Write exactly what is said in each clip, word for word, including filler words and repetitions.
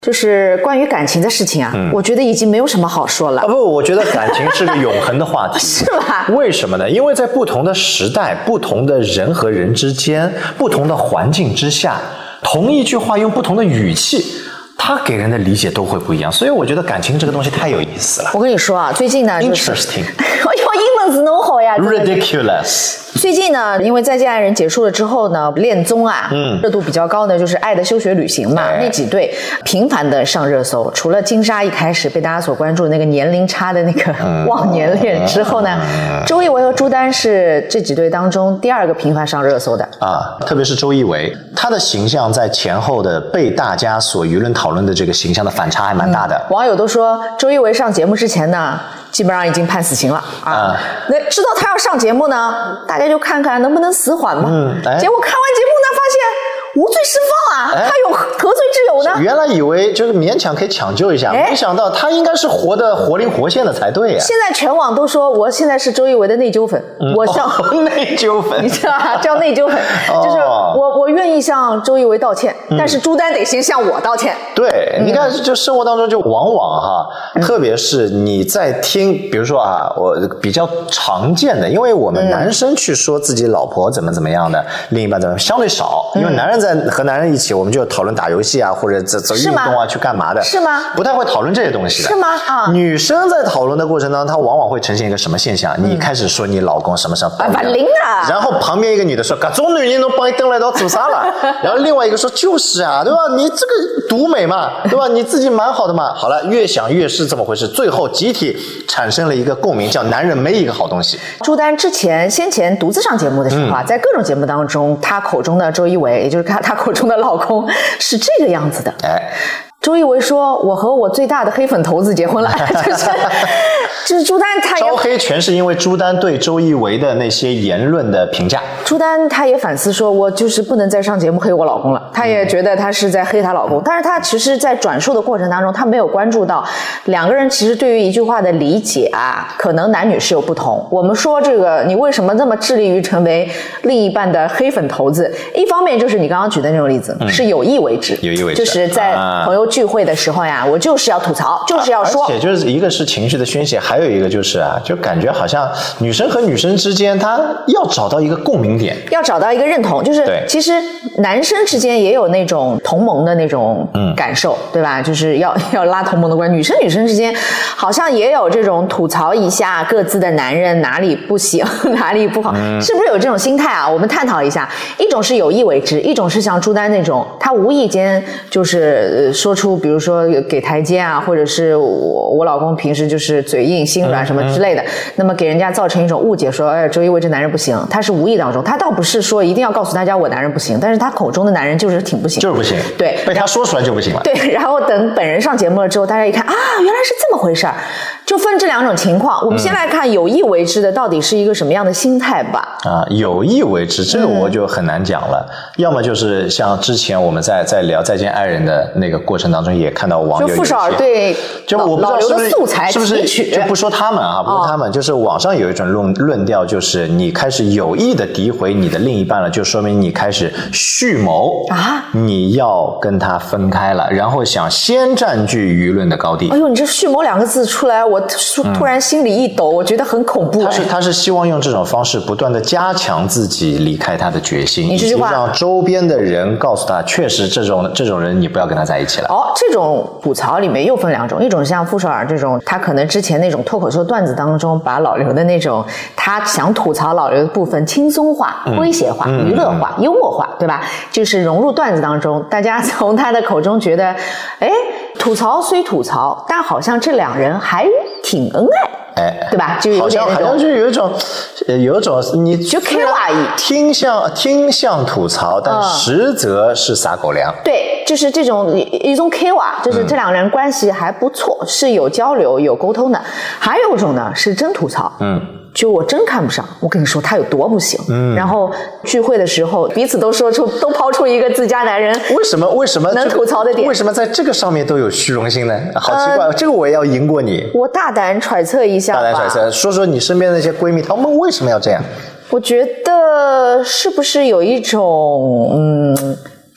就是关于感情的事情啊，嗯、我觉得已经没有什么好说了。 啊不，我觉得感情是个永恒的话题， 是吧？ 为什么呢？因为在不同的时代、不同的人和人之间、不同的环境之下，同一句话用不同的语气，它给人的理解都会不一样。所以我觉得感情这个东西太有意思了。 我跟你说啊，最近呢、就是、 ，interesting， 我用英文字弄好呀 ，ridiculous。 最近呢，因为《再见爱人》结束了之后呢，恋综啊，嗯，热度比较高的就是《爱的休学旅行》嘛，那几对频繁的上热搜。除了金莎一开始被大家所关注的那个年龄差的那个忘年恋之后呢，嗯、周一围和朱丹是这几对当中第二个频繁上热搜的啊。特别是周一围，他的形象在前后的被大家所舆论讨论的这个形象的反差还蛮大的。 嗯、网友都说，周一围上节目之前呢，基本上已经判死刑了啊。啊那知道他要上节目呢，大家就看看能不能死缓嘛。嗯，哎、结果看完节目呢，发现无罪释放啊，哎、他有何罪之有呢？ 原来以为就是勉强可以抢救一下，哎、没想到他应该是活得活灵活现的才对呀、啊。 现在全网都说我现在是周一围的内疚粉，嗯、我向、 哦、内疚粉， 你知道吧？叫内疚粉，哦、就是我我愿意向周一围道歉，嗯、但是朱丹得先向我道歉。 对，嗯、你看，就生活当中就往往哈，嗯、特别是你在听，比如说啊，我比较常见的，因为我们男生去说自己老婆怎么怎么样的，嗯、另一半怎么相对少，因为男人在和男人一起，我们就讨论打游戏啊，或者走走运动啊，去干嘛的， 是吗？ 不太会讨论这些东西的， 是吗？啊， 女生在讨论的过程当中，她往往会呈现一个什么现象？嗯、你开始说你老公什么什么， 啊，灵啊， 然后旁边一个女的说，搿种男人侬帮你登来到做啥了？然后另外一个说，就是啊，对吧？你这个独美嘛，对吧？你自己蛮好的嘛。好了，越想越是这么回事，最后集体产生了一个共鸣，叫男人没一个好东西。 朱丹之前先前独自上节目的时候啊，嗯、在各种节目当中，她口中的周一围，也就是她她口中的老公是这个样子的。哎，周一围说：“我和我最大的黑粉头子结婚了。”就是就是朱丹她也招黑，全是因为朱丹对周一围的那些言论的评价。 朱丹她也反思说：“我就是不能再上节目黑我老公了。”她也觉得她是在黑她老公，嗯、但是她其实，在转述的过程当中，她没有关注到两个人其实对于一句话的理解啊，可能男女是有不同。我们说这个，你为什么那么致力于成为另一半的黑粉头子？一方面就是你刚刚举的那种例子，嗯、是有意为之， 有意为之， 就是在朋友聚会的时候呀，啊、我就是要吐槽，就是要说， 而且就是一个是情绪的宣泄，还有一个就是啊，就感觉好像女生和女生之间，她要找到一个共鸣点， 要找到一个认同，就是其实男生之间也有那种同盟的那种感受，嗯、对吧？就是要要拉同盟的关系。女生女生之间好像也有这种吐槽一下各自的男人哪里不行，哪里不好，嗯、是不是有这种心态啊？我们探讨一下。一种是有意为之，一种是像朱丹那种，他无意间就是说出，比如说给台阶啊，或者是我我老公平时就是嘴硬心软什么之类的，嗯嗯、那么给人家造成一种误解，说哎，周一围这男人不行，他是无意当中，他倒不是说一定要告诉大家我男人不行，但是他口中的男人就是挺不行， 就是不行， 对， 被他说出来就不行了， 对，然后等本人上节目了之后，大家一看啊，原来是这么回事儿，就分这两种情况。我们先来看有意为之的到底是一个什么样的心态吧。 啊，有意为之，这个我就很难讲了。嗯、要么就是像之前我们在在聊《再见爱人》的那个过程当中，也看到网友就傅首尔对就我不知道是不是素材是不是就不说他们啊，不说他们，哦、就是网上有一种论论调，就是你开始有意的诋毁你的另一半了，就说明你开始蓄谋啊，你要跟他分开了，然后想先占据舆论的高地。 哎呦，你这蓄谋两个字出来，我突然心里一抖，嗯、我觉得很恐怖。 他是他是希望用这种方式不断的加强自己离开他的决心， 你这句话以及让周边的人告诉他，确实这种这种人你不要跟他在一起了。 哦，这种吐槽里面又分两种，一种像傅首尔这种，他可能之前那种脱口秀段子当中，把老刘的那种他想吐槽老刘的部分轻松化、诙谐化、嗯、娱乐化、嗯、幽默化，对吧？就是融入段子当中，大家从他的口中觉得，哎，吐槽虽吐槽，但好像这两人还挺恩爱。哎，对吧？就有点那种， 好像好像就有一种，有一种你就 K 哇伊， 听像听像吐槽，但实则是撒狗粮。 嗯、对，就是这种一种 K 哇，就是这两人关系还不错，嗯、是有交流、有沟通的。还有一种呢是真吐槽，嗯。就我真看不上，我跟你说他有多不行。嗯，然后聚会的时候，彼此都说出，都抛出一个自家男人为什么为什么能吐槽的点， 为什么在这个上面都有虚荣心呢？好奇怪，呃、这个我也要赢过你。 我大胆揣测一下吧， 大胆揣测，说说你身边的那些闺蜜，她们为什么要这样？ 我觉得是不是有一种嗯。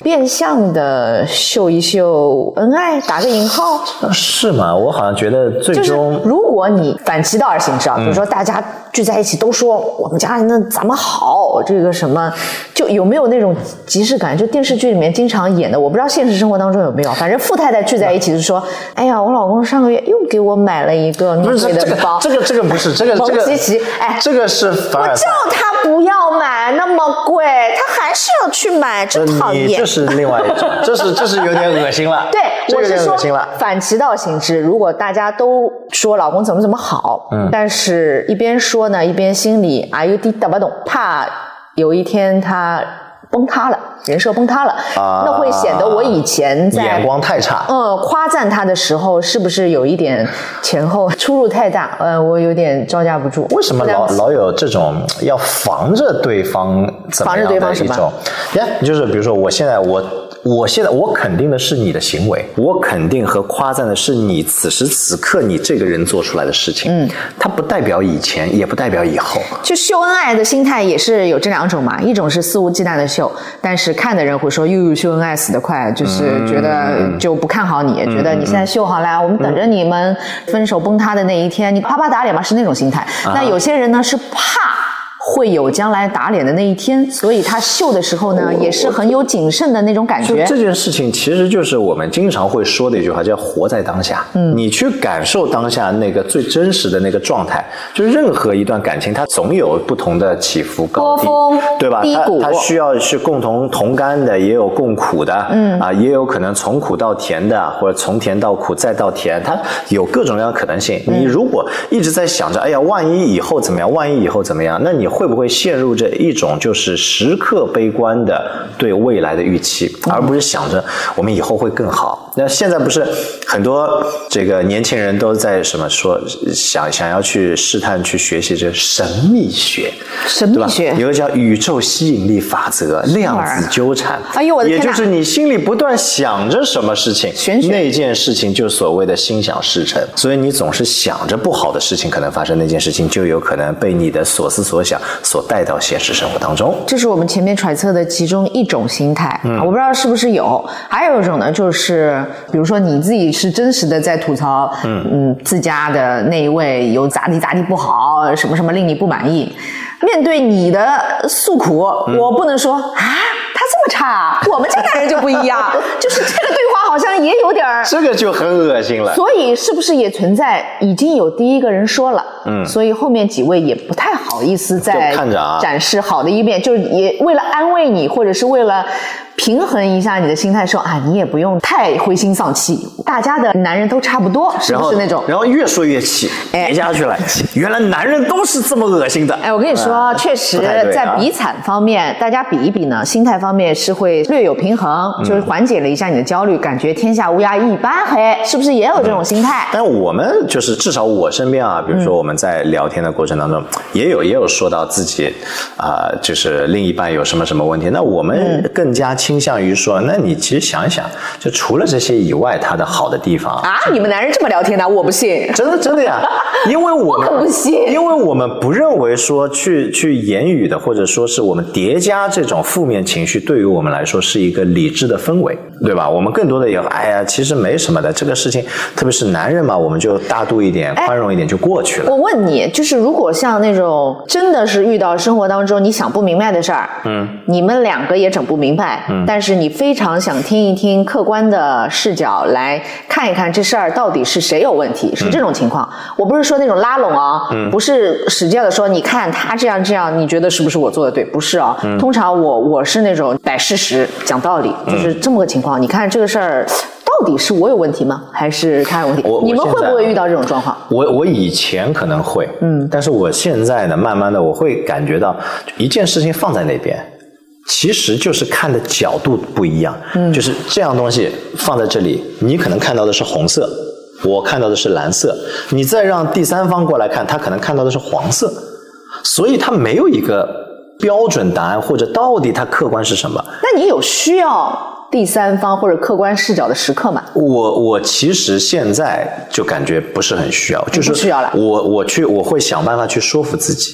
变相的秀一秀恩爱，打个引号， 是吗？我好像觉得最终， 就是如果你反其道而行之啊，比如说大家聚在一起都说我们家人那咱们好，这个什么，就有没有那种即视感？就电视剧里面经常演的，我不知道现实生活当中有没有。反正富太太聚在一起就说：“哎呀，我老公上个月又给我买了一个名贵的包。” 这个这个不是这个这个， 哎， 这个是反而我叫他不要买那么贵，他还是要去买，真讨厌。 你这是另外一种，这是这是有点恶心了。 对， 这个有点恶我是说反其道行之。如果大家都说老公怎么怎么好，嗯，但是一边说呢，一边心里啊有点打不懂，怕有一天他崩塌了，人设崩塌了，啊、那会显得我以前在眼光太差。 嗯，夸赞他的时候是不是有一点前后出入太大？呃，我有点招架不住。 为什么老老有这种要防着对方怎么样的一种？呀，就是比如说，我现在我。我现在我肯定的是你的行为，我肯定和夸赞的是你此时此刻你这个人做出来的事情。嗯，它不代表以前，也不代表以后。 就秀恩爱的心态也是有这两种嘛，一种是肆无忌惮的秀，但是看的人会说哟秀恩爱死得快，就是觉得就不看好你，嗯、觉得你现在秀好了，我们等着你们分手崩塌的那一天，你啪啪打脸嘛，是那种心态。啊、那有些人呢是怕会有将来打脸的那一天，所以他秀的时候呢，也是很有谨慎的那种感觉。 这件事情其实就是我们经常会说的一句话，叫活在当下。嗯，你去感受当下那个最真实的那个状态。就任何一段感情，它总有不同的起伏高低， 波峰对吧？ 低谷， 它它需要是共同同甘的，也有共苦的。嗯啊，也有可能从苦到甜的，或者从甜到苦再到甜，它有各种各样的可能性。嗯、你如果一直在想着，哎呀，万一以后怎么样？万一以后怎么样？那你会不会陷入着一种就是时刻悲观的对未来的预期，而不是想着我们以后会更好？那现在不是很多这个年轻人都在什么说想想要去试探去学习这神秘学， 神秘学有个叫宇宙吸引力法则、量子纠缠。 哎呦我的天哪！ 也就是你心里不断想着什么事情， 玄学那件事情就所谓的心想事成。所以你总是想着不好的事情可能发生，那件事情就有可能被你的所思所想所带到现实生活当中。 这是我们前面揣测的其中一种心态。嗯，我不知道是不是有，还有一种呢，就是比如说你自己是真实的在吐槽，嗯嗯，自家的那一位有咋地咋地不好，什么什么令你不满意。面对你的诉苦，嗯、我不能说啊，他这么差，我们这代人就不一样，就是这个对话好像也有点儿， 这个就很恶心了。 所以是不是也存在已经有第一个人说了，嗯，所以后面几位也不太好意思再展示好的一面，就是也为了安慰你，或者是为了平衡一下你的心态，说啊，你也不用太灰心丧气，大家的男人都差不多，是不是那种？ 然后越说越气，憋下去了。原来男人都是这么恶心的。 哎，我跟你说，嗯、确实在比惨方面，大家比一比呢，心态方面是会略有平衡，嗯、就是缓解了一下你的焦虑，感觉天下乌鸦一般黑，是不是也有这种心态？ 嗯、但我们就是至少我身边啊，比如说我们在聊天的过程当中，嗯、也有也有说到自己啊、呃，就是另一半有什么什么问题，那我们更加倾向于说，那你其实想一想，就除了这些以外，他的好的地方啊，你们男人这么聊天的，我不信， 真的真的呀，因为我们我可不信， 因为我们不认为说去去言语的，或者说是我们叠加这种负面情绪，对于我们来说是一个理智的氛围，对吧？我们更多的也，哎呀，其实没什么的，这个事情，特别是男人嘛，我们就大度一点，宽容一点就过去了。 我问你，就是如果像那种真的是遇到生活当中你想不明白的事儿，嗯，你们两个也整不明白，嗯，但是你非常想听一听客观的视角来看一看这事儿到底是谁有问题，是这种情况。嗯、我不是说那种拉拢啊，嗯、不是使劲的说，你看他这样这样，你觉得是不是我做的对？不是啊，嗯、通常我我是那种摆事实、讲道理，就是这么个情况。嗯、你看这个事儿。到底是我有问题吗？还是他有问题？你们会不会遇到这种状况？ 我我以前可能会，嗯，但是我现在呢，慢慢的我会感觉到，一件事情放在那边，其实就是看的角度不一样，嗯，就是这样东西放在这里，你可能看到的是红色，我看到的是蓝色，你再让第三方过来看，他可能看到的是黄色，所以他没有一个标准答案，或者到底他客观是什么？ 那你有需要第三方或者客观视角的时刻嘛？ 我我其实现在就感觉不是很需要，就是不需要了。 我我去我会想办法去说服自己，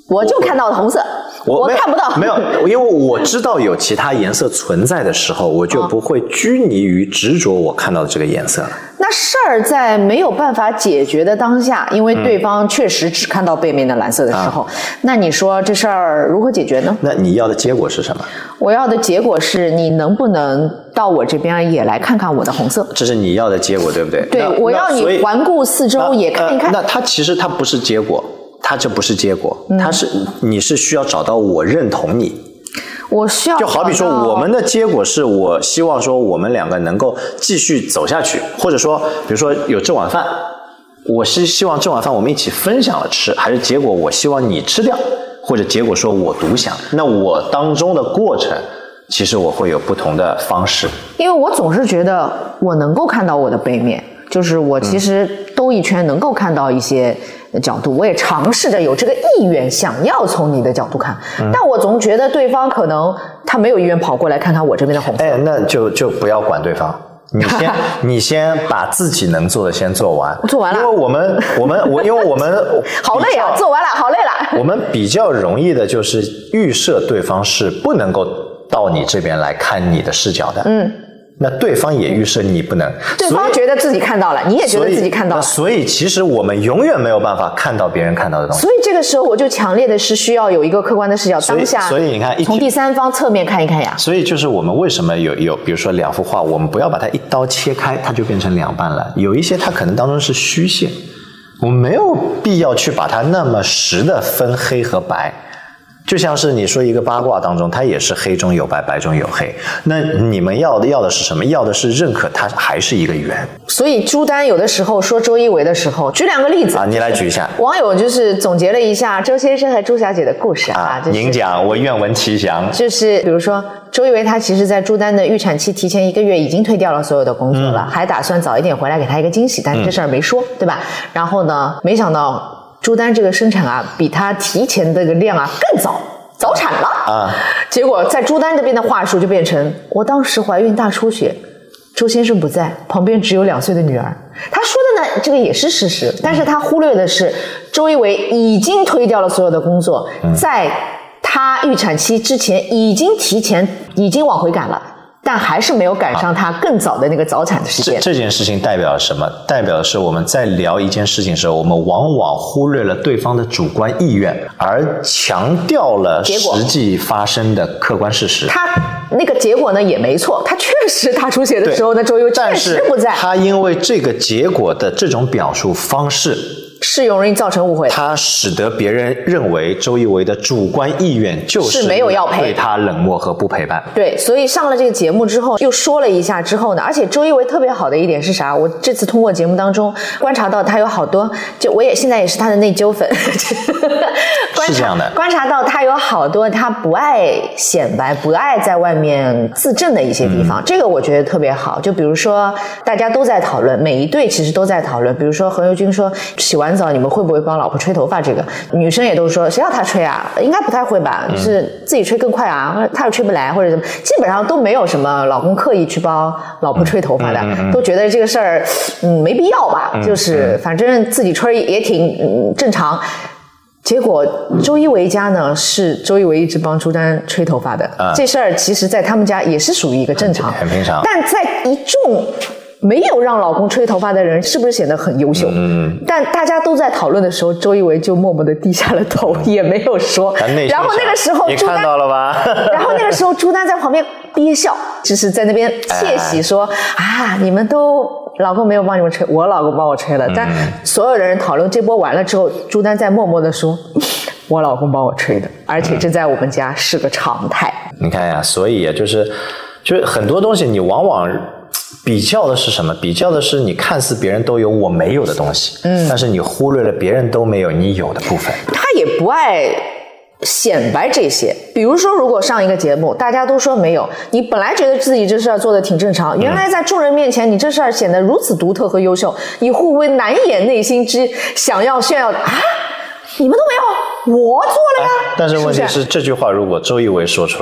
我就看到了红色，我, 我看不到。 没有，因为我知道有其他颜色存在的时候，我就不会拘泥于执着我看到的这个颜色了。 那事儿在没有办法解决的当下，因为对方确实只看到背面的蓝色的时候，嗯、那你说这事儿如何解决呢？ 那你要的结果是什么？ 我要的结果是你能不能到我这边也来看看我的红色？ 这是你要的结果，对不对？ 对，我要你环顾四周也看一看。 那它其实它不是结果。它这不是结果，它是你是需要找到我认同你， 我需要就好比说我们的结果是我希望说我们两个能够继续走下去，或者说比如说有这碗饭，我是希望这碗饭我们一起分享了吃，还是结果我希望你吃掉，或者结果说我独享，那我当中的过程其实我会有不同的方式， 因为我总是觉得我能够看到我的背面，就是我其实兜一圈能够看到一些角度，我也尝试着有这个意愿想要从你的角度看，嗯、但我总觉得对方可能他没有意愿跑过来看看我这边的红色。 哎，那就就不要管对方，你先你先把自己能做的先做完。 做完了， 因为我们我们我因为我们好累啊，做完了好累了。 我们比较容易的就是预设对方是不能够到你这边来看你的视角的。嗯。那对方也预设你不能， 对方觉得自己看到了，你也觉得自己看到了， 所以, 所以其实我们永远没有办法看到别人看到的东西。 所以这个时候我就强烈的是需要有一个客观的视角，当下， 所以你看， 从第三方侧面看一看呀。 所以就是我们为什么有有，比如说两幅画，我们不要把它一刀切开，它就变成两半了。有一些它可能当中是虚线，我们没有必要去把它那么实的分黑和白。就像是你说一个八卦当中，它也是黑中有白，白中有黑。那你们要的要的是什么？要的是认可它还是一个圆。 所以朱丹有的时候说周一围的时候，举两个例子啊，你来举一下。 网友就是总结了一下周先生和朱小姐的故事啊。啊就是、您讲，我愿闻其详。 就是比如说，周一围他其实在朱丹的预产期提前一个月已经推掉了所有的工作了，嗯、还打算早一点回来给他一个惊喜，但是这事儿没说，嗯、对吧？然后呢，没想到。朱丹这个生产啊，比他提前这个量啊更早，早产了啊。结果在朱丹这边的话术就变成：我当时怀孕大出血，周先生不在，旁边只有两岁的女儿。他说的呢，这个也是事实，但是他忽略的是，周一围已经推掉了所有的工作，在他预产期之前已经提前已经往回赶了。但还是没有赶上他更早的那个早产的时间。 这, 这件事情代表了什么？代表的是我们在聊一件事情的时候，我们往往忽略了对方的主观意愿，而强调了实际发生的客观事实。 他那个结果呢也没错，他确实大出血的时候呢，周一围确实不在。 他因为这个结果的这种表述方式。 是容易造成误会， 它使得别人认为周一围的主观意愿就是没有要陪， 对他冷漠和不陪伴。 对，所以上了这个节目之后，又说了一下之后呢，而且周一围特别好的一点是啥？我这次通过节目当中观察到他有好多，就我也现在也是他的内疚粉， 是这样的， 观察到他有好多他不爱显摆、不爱在外面自证的一些地方，嗯、这个我觉得特别好。就比如说大家都在讨论，每一对其实都在讨论，比如说何猷君说洗完澡你们会不会帮老婆吹头发？这个女生也都说谁要他吹啊？应该不太会吧，是自己吹更快啊，他又吹不来或者怎么，基本上都没有什么老公刻意去帮老婆吹头发的，嗯嗯嗯、都觉得这个事儿嗯没必要吧，嗯、就是反正自己吹也挺、嗯、正常。结果周一围家呢是周一围一直帮朱丹吹头发的，啊、这事儿其实在他们家也是属于一个正常， 很平常。 但在一众没有让老公吹头发的人是不是显得很优秀？嗯，但大家都在讨论的时候，周一围就默默地低下了头，也没有说。然后那个时候， 你看到了吧？ 然后那个时候，朱丹在旁边憋笑，就是在那边窃喜说：“哎、啊，你们都老公没有帮你们吹，我老公帮我吹了。”但所有的人讨论这波完了之后，朱丹在默默地说：“我老公帮我吹的，而且这在我们家是个常态。” 你看呀，所以啊，就是就是很多东西，你往往。比较的是什么？比较的是你看似别人都有我没有的东西，嗯，但是你忽略了别人都没有你有的部分。 他也不爱显摆这些，比如说如果上一个节目大家都说没有，你本来觉得自己这事儿做得挺正常，原来在众人面前你这事儿显得如此独特和优秀，你会不会难掩内心之想要炫耀的啊？你们都没有，我做了呀。 但是问题是，是这句话如果周一围说出来，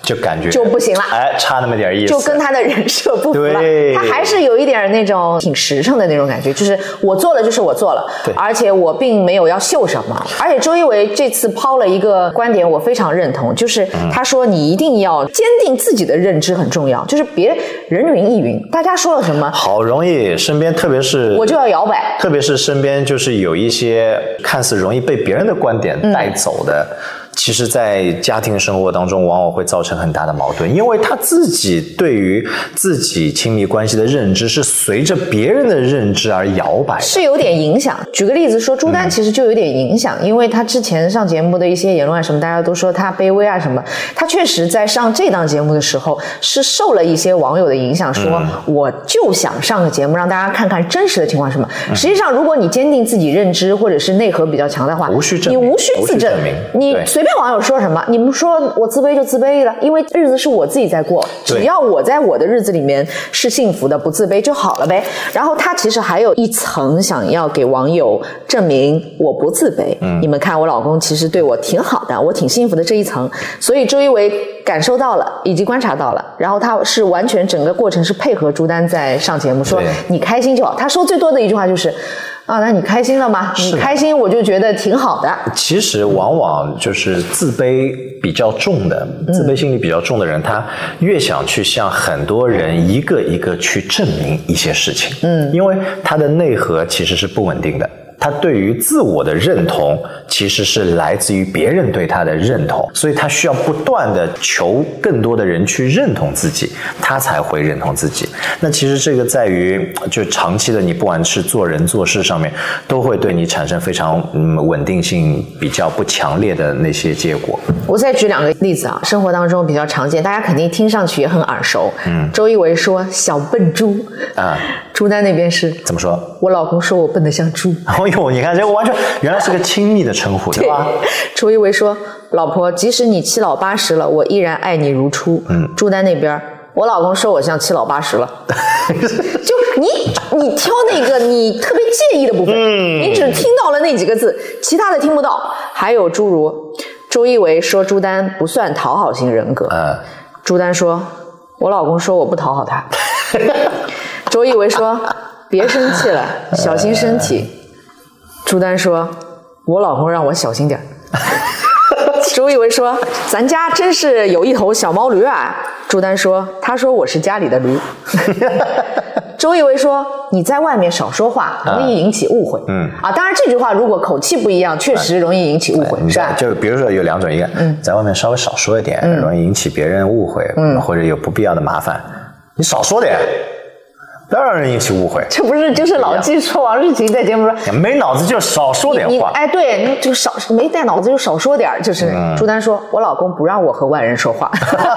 就感觉就不行了， 哎，差那么点意思， 就跟他的人设不符了。他还是有一点那种挺实诚的那种感觉，就是我做了就是我做了，而且我并没有要秀什么。而且周一围这次抛了一个观点，我非常认同，就是他说你一定要坚定自己的认知很重要，就是别人云亦云，大家说了什么， 好容易身边，特别是我就要摇摆， 特别是身边就是有一些看似容易被别人的观点带走的。嗯，其实在家庭生活当中往往会造成很大的矛盾，因为他自己对于自己亲密关系的认知是随着别人的认知而摇摆的， 是有点影响。举个例子说，朱丹其实就有点影响，嗯，因为他之前上节目的一些言论啊什么，大家都说他卑微啊什么，他确实在上这档节目的时候是受了一些网友的影响，说，嗯，我就想上个节目让大家看看真实的情况是什么，嗯，实际上如果你坚定自己认知或者是内核比较强的话， 无需证明，你无需自证，你随便网友说什么，你们说我自卑就自卑了，因为日子是我自己在过，只要我在我的日子里面是幸福的，不自卑就好了呗。然后他其实还有一层想要给网友证明我不自卑，嗯，你们看我老公其实对我挺好的，我挺幸福的这一层，所以周一围感受到了以及观察到了，然后他是完全整个过程是配合朱丹在上节目，说你开心就好。他说最多的一句话就是啊，那你开心了吗？你开心我就觉得挺好的。 其实往往就是自卑比较重的，自卑心理比较重的人，他越想去向很多人一个一个去证明一些事情，嗯，因为他的内核其实是不稳定的。他对于自我的认同其实是来自于别人对他的认同，所以他需要不断的求更多的人去认同自己，他才会认同自己。那其实这个在于就长期的你不管是做人做事上面都会对你产生非常嗯稳定性比较不强烈的那些结果。 我再举两个例子啊，生活当中比较常见，大家肯定听上去也很耳熟。嗯，周一围说小笨猪啊，朱丹那边是怎么说？ 我老公说我笨得像猪。 哎呦，你看这个完全原来是个亲密的称呼，对吧？ 周一围说，老婆，即使你七老八十了，我依然爱你如初。嗯，朱丹那边，我老公说我像七老八十了。就你你挑那个你特别介意的部分，嗯，你只听到了那几个字，其他的听不到。还有诸如周一围说朱丹不算讨好型人格，嗯，朱丹说我老公说我不讨好他。周一围说别生气了，小心身体。朱丹说我老公让我小心点。周一围说咱家真是有一头小毛驴啊。朱丹说他说我是家里的驴。周一围说你在外面少说话，容易引起误会。嗯啊，当然这句话如果口气不一样，确实容易引起误会，是吧？ 就比如说有两种，一个、嗯、在外面稍微少说一点，嗯、容易引起别人误会，嗯、或者有不必要的麻烦，你少说点。不要让人引起误会， 这不是就是老纪说王诗晴在节目说没脑子就少说点话。 哎，对，你就少没带脑子就少说点，就是、嗯、朱丹说我老公不让我和外人说话。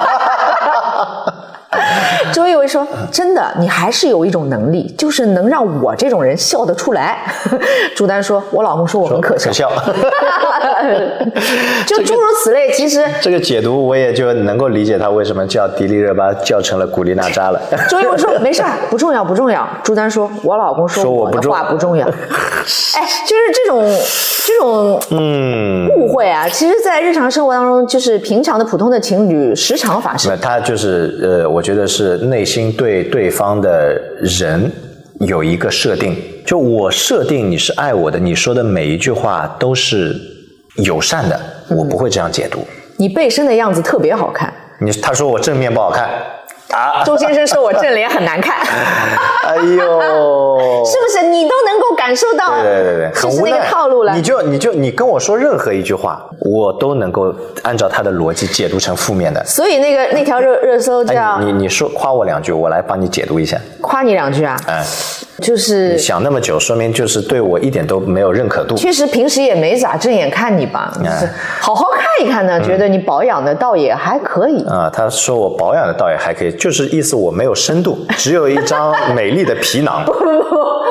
周一围说真的，你还是有一种能力，就是能让我这种人笑得出来。朱丹说我老公说我很可笑。可笑。就诸如此类，其实这个解读我也就能够理解他为什么叫迪丽热巴叫成了古力娜扎了。 周一围说没事不重要不重要。朱丹说我老公说我的话不重要。哎，就是这种这种嗯误会啊，其实在日常生活当中，就是平常的普通的情侣时常发生。 他就是呃，我觉得是内心对对方的人有一个设定，就我设定你是爱我的，你说的每一句话都是友善的，我不会这样解读。 你背身的样子特别好看。 你他说我正面不好看。 啊！周先生说我正脸很难看。 哎呦， 是不是你都能够感受到？ 对对对对， 很无奈。那个套路了。 你就你就你跟我说任何一句话，我都能够按照他的逻辑解读成负面的。 所以那个那条热热搜叫、 哎、你你说夸我两句，我来帮你解读一下。 夸你两句啊？哎，就是你想那么久，说明就是对我一点都没有认可度。 确实平时也没咋正眼看你吧，哎、好好看一看呢，嗯、觉得你保养的倒也还可以啊。他说我保养的倒也还可以。就是意思我没有深度，只有一张美丽的皮囊。 不不不，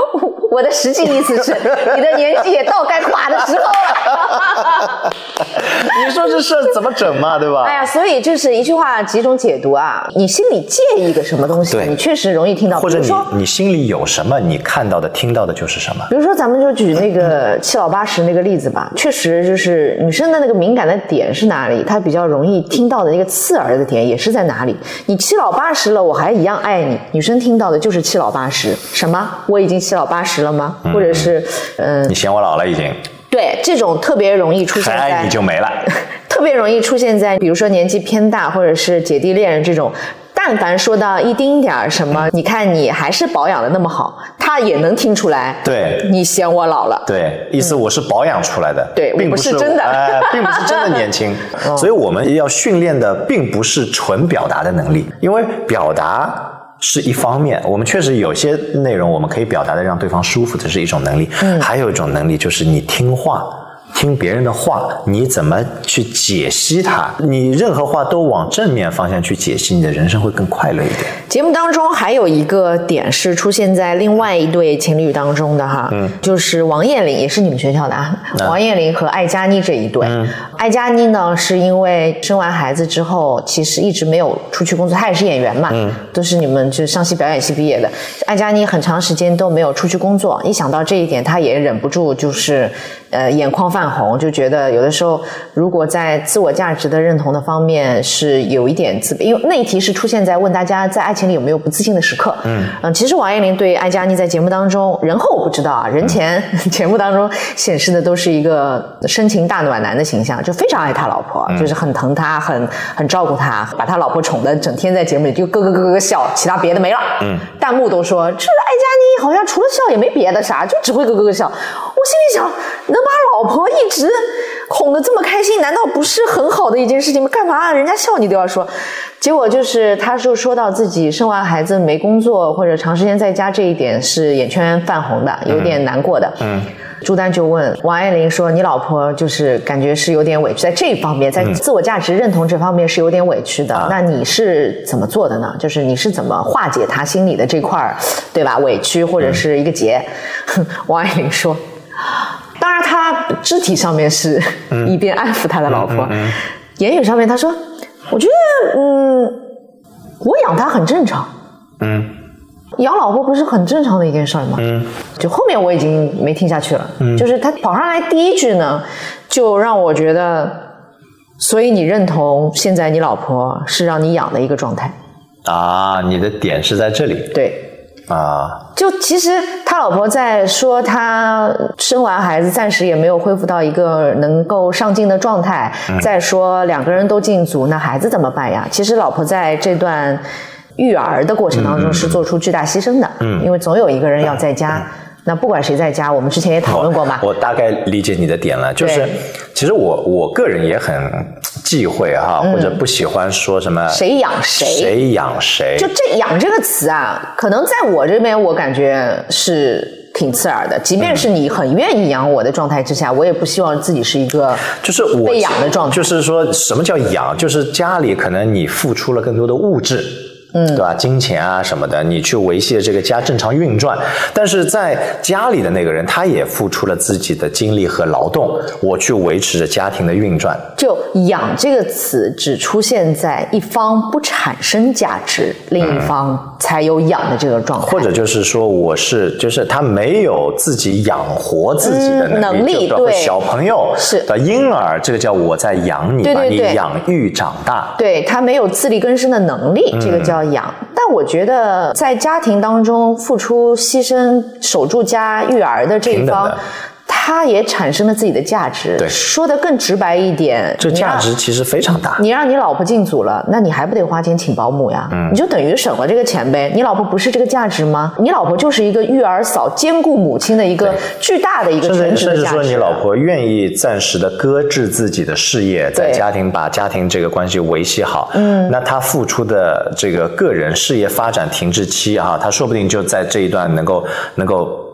我的实际意思是，你的年纪也到该垮的时候了。 你说这事怎么整嘛，对吧？ 哎呀，所以就是一句话几种解读啊。你心里介意一个什么东西，你确实容易听到。 或者你你心里有什么，你看到的、听到的就是什么。 比如说，咱们就举那个七老八十那个例子吧，确实就是女生的那个敏感的点是哪里，她比较容易听到的一个刺耳的点也是在哪里。你七老八十了，我还一样爱你，女生听到的就是七老八十。什么？我已经七老八十了吗？嗯、或者是嗯、呃， 你嫌我老了已经。 对，这种特别容易出现在， 还爱你就没了。 特别容易出现在，比如说年纪偏大，或者是姐弟恋人这种。但凡说到一丁点儿什么，你看你还是保养的那么好，他也能听出来。 对， 你嫌我老了。 对，意思我是保养出来的， 嗯、对， 并不是真的， 呃，并不是真的年轻。哦、所以我们要训练的并不是纯表达的能力，因为表达是一方面，我们确实有些内容我们可以表达的让对方舒服，这是一种能力。嗯，还有一种能力就是你听话。听别人的话，你怎么去解析它？你任何话都往正面方向去解析，你的人生会更快乐一点。 节目当中还有一个点是出现在另外一对情侣当中的哈，嗯，就是王彦霖，也是你们学校的啊，嗯、王彦霖和艾嘉妮这一对。嗯、艾嘉妮呢，是因为生完孩子之后，其实一直没有出去工作，她也是演员嘛，嗯，都是你们就上戏表演系毕业的。艾嘉妮很长时间都没有出去工作，一想到这一点，她也忍不住就是呃眼眶泛红，就觉得有的时候如果在自我价值的认同的方面是有一点自卑，因为那一题是出现在问大家在爱情里有没有不自信的时刻。嗯嗯，其实王彦霖对艾嘉妮在节目当中，人后我不知道啊，人前、嗯、节目当中显示的都是一个深情大暖男的形象，就非常爱他老婆，嗯、就是很疼他，很很照顾他，把他老婆宠得整天在节目里就咯咯咯咯笑，其他别的没了。嗯，弹幕都说这艾嘉妮好像除了笑也没别的啥，就只会咯咯咯笑。我心里想，能把老婆一直哄得这么开心，难道不是很好的一件事情吗？干嘛人家笑你都要说？结果就是他就说到自己生完孩子没工作或者长时间在家这一点是眼圈泛红的，有点难过的。嗯，嗯朱丹就问王彦霖说：“你老婆就是感觉是有点委屈，在这一方面，在自我价值认同这方面是有点委屈的。嗯、那你是怎么做的呢？就是你是怎么化解他心里的这块，对吧？委屈或者是一个结？”嗯、王彦霖说。当然他肢体上面是一边安抚他的老婆、嗯嗯嗯、言语上面他说我觉得嗯我养他很正常，嗯，养老婆不是很正常的一件事吗？嗯，就后面我已经没听下去了、嗯、就是他跑上来第一句呢就让我觉得，所以你认同现在你老婆是让你养的一个状态啊？你的点是在这里。对啊， 就其实他老婆在说他生完孩子暂时也没有恢复到一个能够上进的状态、嗯、再说两个人都禁足，那孩子怎么办呀？其实老婆在这段育儿的过程当中是做出巨大牺牲的，嗯，因为总有一个人要在家、嗯嗯那不管谁在家，我们之前也讨论过嘛。 我, 我大概理解你的点了，就是其实我我个人也很忌讳哈、嗯，或者不喜欢说什么谁养谁， 谁养谁。 就这养这个词啊，可能在我这边我感觉是挺刺耳的。即便是你很愿意养我的状态之下，我也不希望自己是一个就是我被养的状态。 就是说什么叫养？就是家里可能你付出了更多的物质。嗯，对吧？金钱啊什么的，你去维系这个家正常运转，但是在家里的那个人，他也付出了自己的精力和劳动，我去维持着家庭的运转。 就养这个词只出现在一方不产生价值，另一方才有养的这个状态， 或者就是说我是就是他没有自己养活自己的能力，嗯、能力对小朋友是的婴儿，这个叫我在养你， 对对对， 把你养育长大， 对他没有自力更生的能力，嗯、这个叫养。但我觉得在家庭当中付出牺牲守住家育儿的这一方，他也产生了自己的价值。 对， 说得更直白一点， 这价值其实非常大。 你让你老婆进组了，那你还不得花钱请保姆呀？嗯，你就等于省了这个钱呗。你老婆不是这个价值吗？你老婆就是一个育儿嫂兼顾母亲的一个巨大的一个全职的价值。 甚至说你老婆愿意暂时的搁置自己的事业，在家庭把家庭这个关系维系好，嗯，那她付出的这个个人事业发展停滞期啊，她说不定就在这一段能够能够。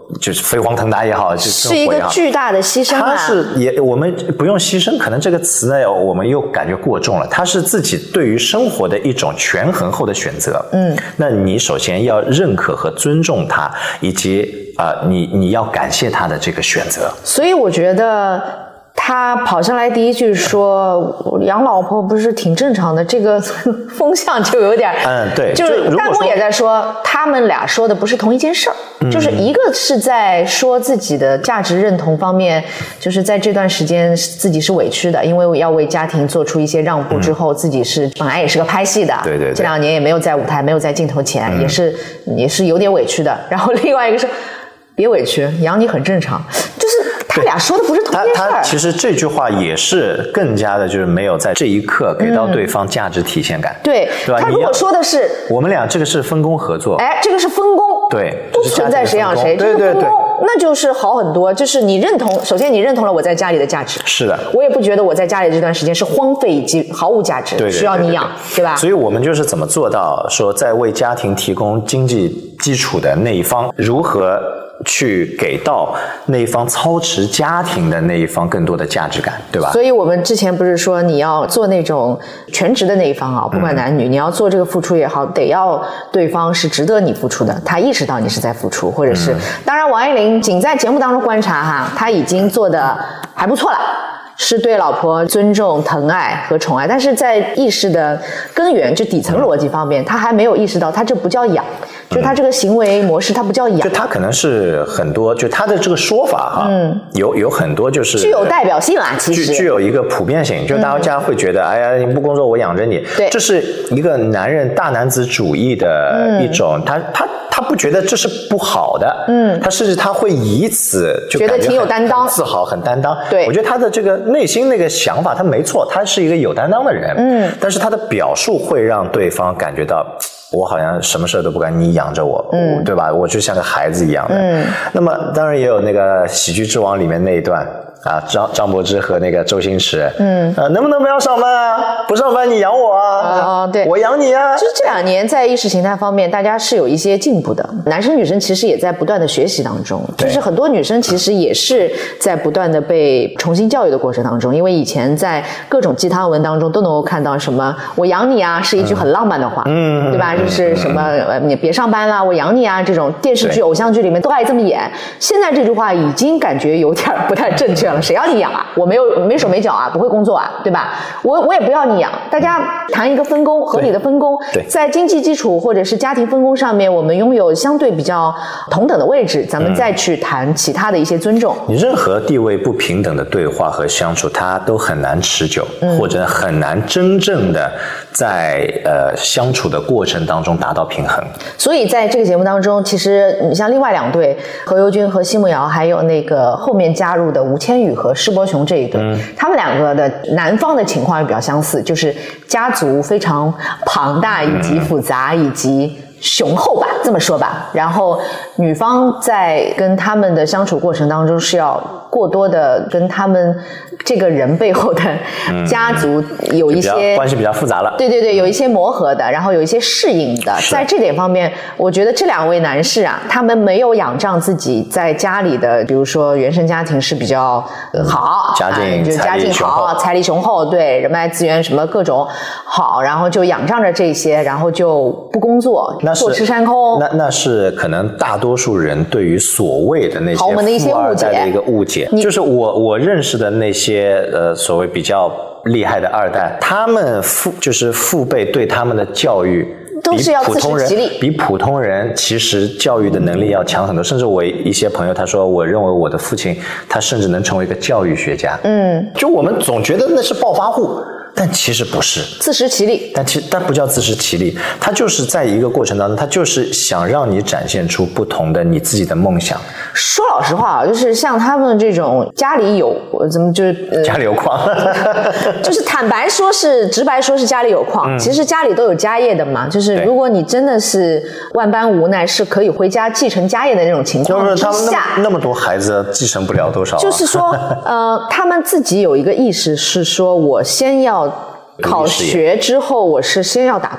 就是飞黄腾达也好， 是一个巨大的牺牲啊。 他是也我们不用牺牲，可能这个词呢，我们又感觉过重了。他是自己对于生活的一种权衡后的选择。嗯，那你首先要认可和尊重他，以及啊、呃，你你要感谢他的这个选择。 所以我觉得。他跑上来第一句说养老婆不是挺正常的，这个风向就有点嗯对， 就是弹幕也在说他们俩说的不是同一件事儿、嗯、就是一个是在说自己的价值认同方面，就是在这段时间自己是委屈的，因为要为家庭做出一些让步之后、嗯、自己是本来也是个拍戏的， 对对对， 这两年也没有在舞台没有在镜头前、嗯、也是也是有点委屈的。然后另外一个是别委屈，养你很正常，就是他俩说的不是同一件事儿。 他他其实这句话也是更加的，就是没有在这一刻给到对方价值体现感。 嗯、对，对吧？他如果说的是我们俩这个是分工合作， 哎，这个是分工， 对， 不存在谁养谁， 对对对， 那就是好很多。就是你认同，首先你认同了我在家里的价值， 是的， 我也不觉得我在家里这段时间是荒废以及毫无价值， 对对对对对， 需要你养，对吧？ 所以我们就是怎么做到说，在为家庭提供经济基础的那一方，如何去给到那一方操持家庭的那一方更多的价值感，对吧？ 所以我们之前不是说你要做那种全职的那一方啊，不管男女、嗯、你要做这个付出也好，得要对方是值得你付出的，他意识到你是在付出，或者是、嗯、当然王一林仅在节目当中观察哈，他已经做得还不错了，是对老婆尊重、疼爱和宠爱，但是在意识的根源，就底层逻辑方面，他还没有意识到，他这不叫养，就他这个行为模式，他不叫养。 就他可能是很多，就他的这个说法哈，嗯，有有很多就是具有代表性啊，其实具具有一个普遍性，就大家会觉得，嗯、哎呀，你不工作我养着你， 对， 这是一个男人大男子主义的一种，嗯、他他。他不觉得这是不好的，嗯，他甚至他会以此就觉得挺有担当、 自豪、很担当。 对， 我觉得他的这个内心那个想法，他没错，他是一个有担当的人，嗯，但是他的表述会让对方感觉到，我好像什么事都不干，你养着我，嗯，对吧？我就像个孩子一样的。嗯，那么当然也有那个《喜剧之王》里面那一段。啊，张张柏芝和那个周星驰，嗯，呃，能不能不要上班啊？不上班你养我啊？ 啊、哦，对， 我养你啊。 就是这两年在意识形态方面，大家是有一些进步的。男生女生其实也在不断的学习当中，就是很多女生其实也是在不断的被重新教育的过程当中。因为以前在各种鸡汤文当中都能够看到什么“我养你啊”是一句很浪漫的话，嗯，对吧？就是什么呃，你别上班啦，我养你啊，这种电视剧、偶像剧里面都爱这么演。现在这句话已经感觉有点不太正确了。谁要你养啊？我没有没手没脚啊，不会工作啊，对吧？我我也不要你养。大家谈一个分工，合理的分工，在经济基础或者是家庭分工上面，我们拥有相对比较同等的位置，咱们再去谈其他的一些尊重。 你任何地位不平等的对话和相处，它都很难持久，嗯、或者很难真正的在呃相处的过程当中达到平衡。 所以在这个节目当中，其实你像另外两对何猷君和奚梦瑶，还有那个后面加入的吴千语和施伯雄这一对、嗯，他们两个的男方的情况也比较相似，就是家族非常庞大以及复杂、嗯、以及雄厚吧，这么说吧。然后女方在跟他们的相处过程当中是要过多的跟他们这个人背后的家族有一些、 嗯、关系比较复杂了， 对对对，有一些磨合的，然后有一些适应的。在这点方面，我觉得这两位男士啊，他们没有仰仗自己在家里的，比如说原生家庭是比较好， 家境、 哎、就是家境好，财力雄厚，对，人脉资源什么各种好，然后就仰仗着这些，然后就不工作，坐吃山空。 那那是可能大多数人对于所谓的那些富二代的一个误解，就是我我认识的那些呃所谓比较厉害的二代，他们父就是父辈对他们的教育都是要自食其力， 比普通人其实教育的能力要强很多。甚至我一些朋友他说，我认为我的父亲他甚至能成为一个教育学家。嗯，就我们总觉得那是暴发户。但其实不是自食其力， 但其但不叫自食其力，他就是在一个过程当中，他就是想让你展现出不同的你自己的梦想。 说老实话啊，就是像他们这种家里有怎么就是、 呃、家里有矿， 就是坦白说是直白说是家里有矿、嗯，其实家里都有家业的嘛。就是如果你真的是万般无奈，是可以回家继承家业的那种情况之下， 就是他们那么那么多孩子继承不了多少、啊。 就是说，呃，他们自己有一个意识是说，我先要。考学之后，我是先要打工的，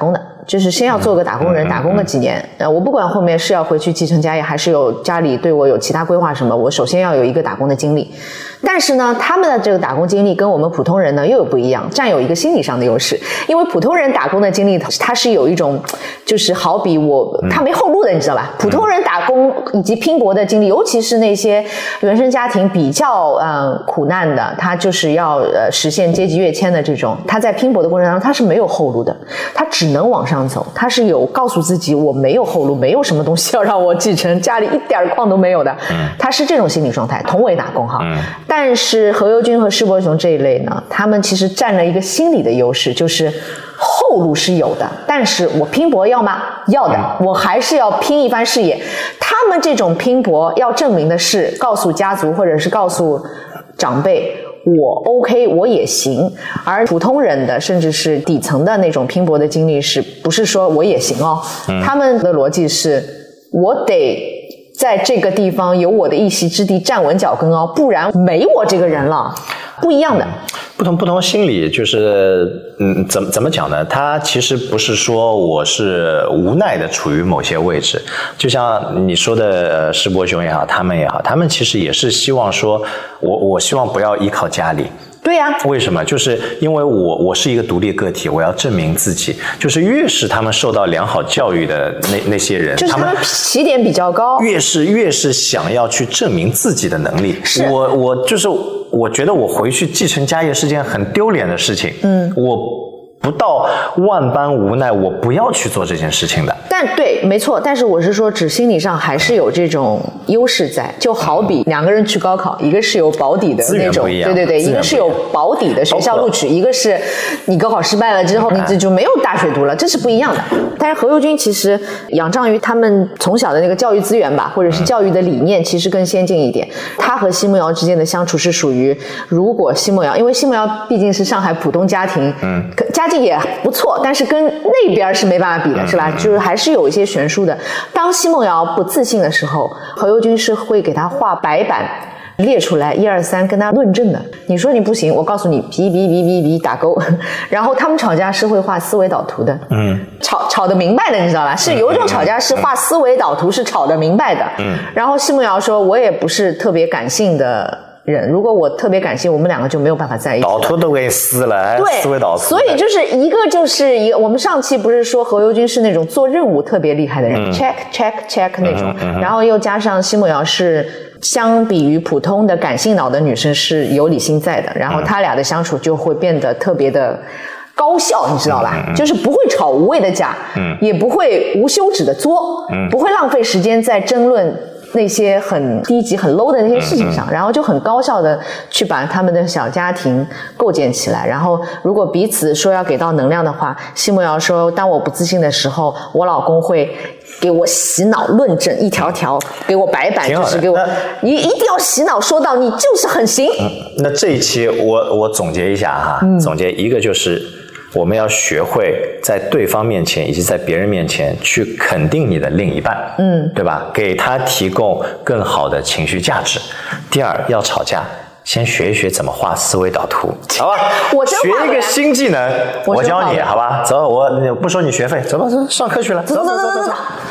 就是先要做个打工人，嗯、打工个几年。呃，我不管后面是要回去继承家业，还是有家里对我有其他规划什么，我首先要有一个打工的经历。但是呢，他们的这个打工经历跟我们普通人呢又有不一样，占有一个心理上的优势。因为普通人打工的经历，他是有一种，就是好比我，他没后路的，你知道吧？普通人打工以及拼搏的经历，尤其是那些原生家庭比较呃苦难的，他就是要呃实现阶级跃迁的这种，他在拼搏的过程当中，他是没有后路的，他只能往上走，他是有告诉自己我没有后路，没有什么东西要让我继承，家里一点矿都没有的，他是这种心理状态，同为打工哈。但是何猷君和施伯雄这一类呢，他们其实占了一个心理的优势，就是后路是有的，但是我拼搏要吗？要的，我还是要拼一番事业。他们这种拼搏要证明的是告诉家族或者是告诉长辈我 OK 我也行，而普通人的甚至是底层的那种拼搏的经历是不是说我也行哦、嗯、他们的逻辑是我得在这个地方有我的一席之地，站稳脚跟哦，不然没我这个人了。不一样的， 不同不同心理就是，嗯，怎么怎么讲呢？他其实不是说我是无奈的处于某些位置，就像你说的施伯雄也好，他们也好，他们其实也是希望说，我我希望不要依靠家里。 对呀、啊， 为什么？就是因为我我是一个独立个体，我要证明自己。就是越是他们受到良好教育的那那些人， 就是他们起点比较高， 越是越是想要去证明自己的能力。 是我我就是我觉得我回去继承家业是件很丢脸的事情。嗯，我不到万般无奈，我不要去做这件事情的。 但对，没错。但是我是说，指心理上还是有这种优势在。就好比两个人去高考，一个是有保底的那种，对对对，一个是有保底的学校录取，一个是你高考失败了之后，你这就没有大学读了，这是不一样的。但是何猷君其实仰仗于他们从小的那个教育资源吧，或者是教育的理念，其实更先进一点。他和奚梦瑶之间的相处是属于，如果奚梦瑶，因为奚梦瑶毕竟是上海浦东家庭，嗯，家境也不错，但是跟那边是没办法比的，是吧？就是还是有一些悬殊的。当奚梦瑶不自信的时候，何猷君是会给他画白板，列出来一二三跟他论证的。你说你不行，我告诉你比比比比比打勾。然后他们吵架是会画思维导图的，嗯，吵吵得明白的，你知道吧？是有一种吵架是画思维导图，是吵得明白的。嗯，然后奚梦瑶说，我也不是特别感性的人，如果我特别感性，我们两个就没有办法在一起。 导图都给你撕了， 对， 思维导图。 所以就是一个就是一个，我们上期不是说何猷君是那种做任务特别厉害的人、嗯、，check check check 那种、嗯嗯，然后又加上奚梦瑶是相比于普通的感性脑的女生是有理性在的，然后他俩的相处就会变得特别的高效，你知道吧？嗯嗯、就是不会吵无谓的架，嗯，也不会无休止的作，嗯，不会浪费时间在争论那些很低级很 low 的那些事情上、嗯、然后就很高效的去把他们的小家庭构建起来。然后如果彼此说要给到能量的话，奚梦瑶说，当我不自信的时候，我老公会给我洗脑论证，一条条给我白板，就是给我你一定要洗脑，说到你就是很行、 嗯、那这一期我我总结一下哈、嗯、总结一个就是我们要学会在对方面前以及在别人面前去肯定你的另一半，嗯，对吧？给他提供更好的情绪价值。第二，要吵架，先学一学怎么画思维导图，好吧？ 我真学一个新技能，我教你，好吧？走，我不收你学费，走吧，走，上课去了，走走走走走。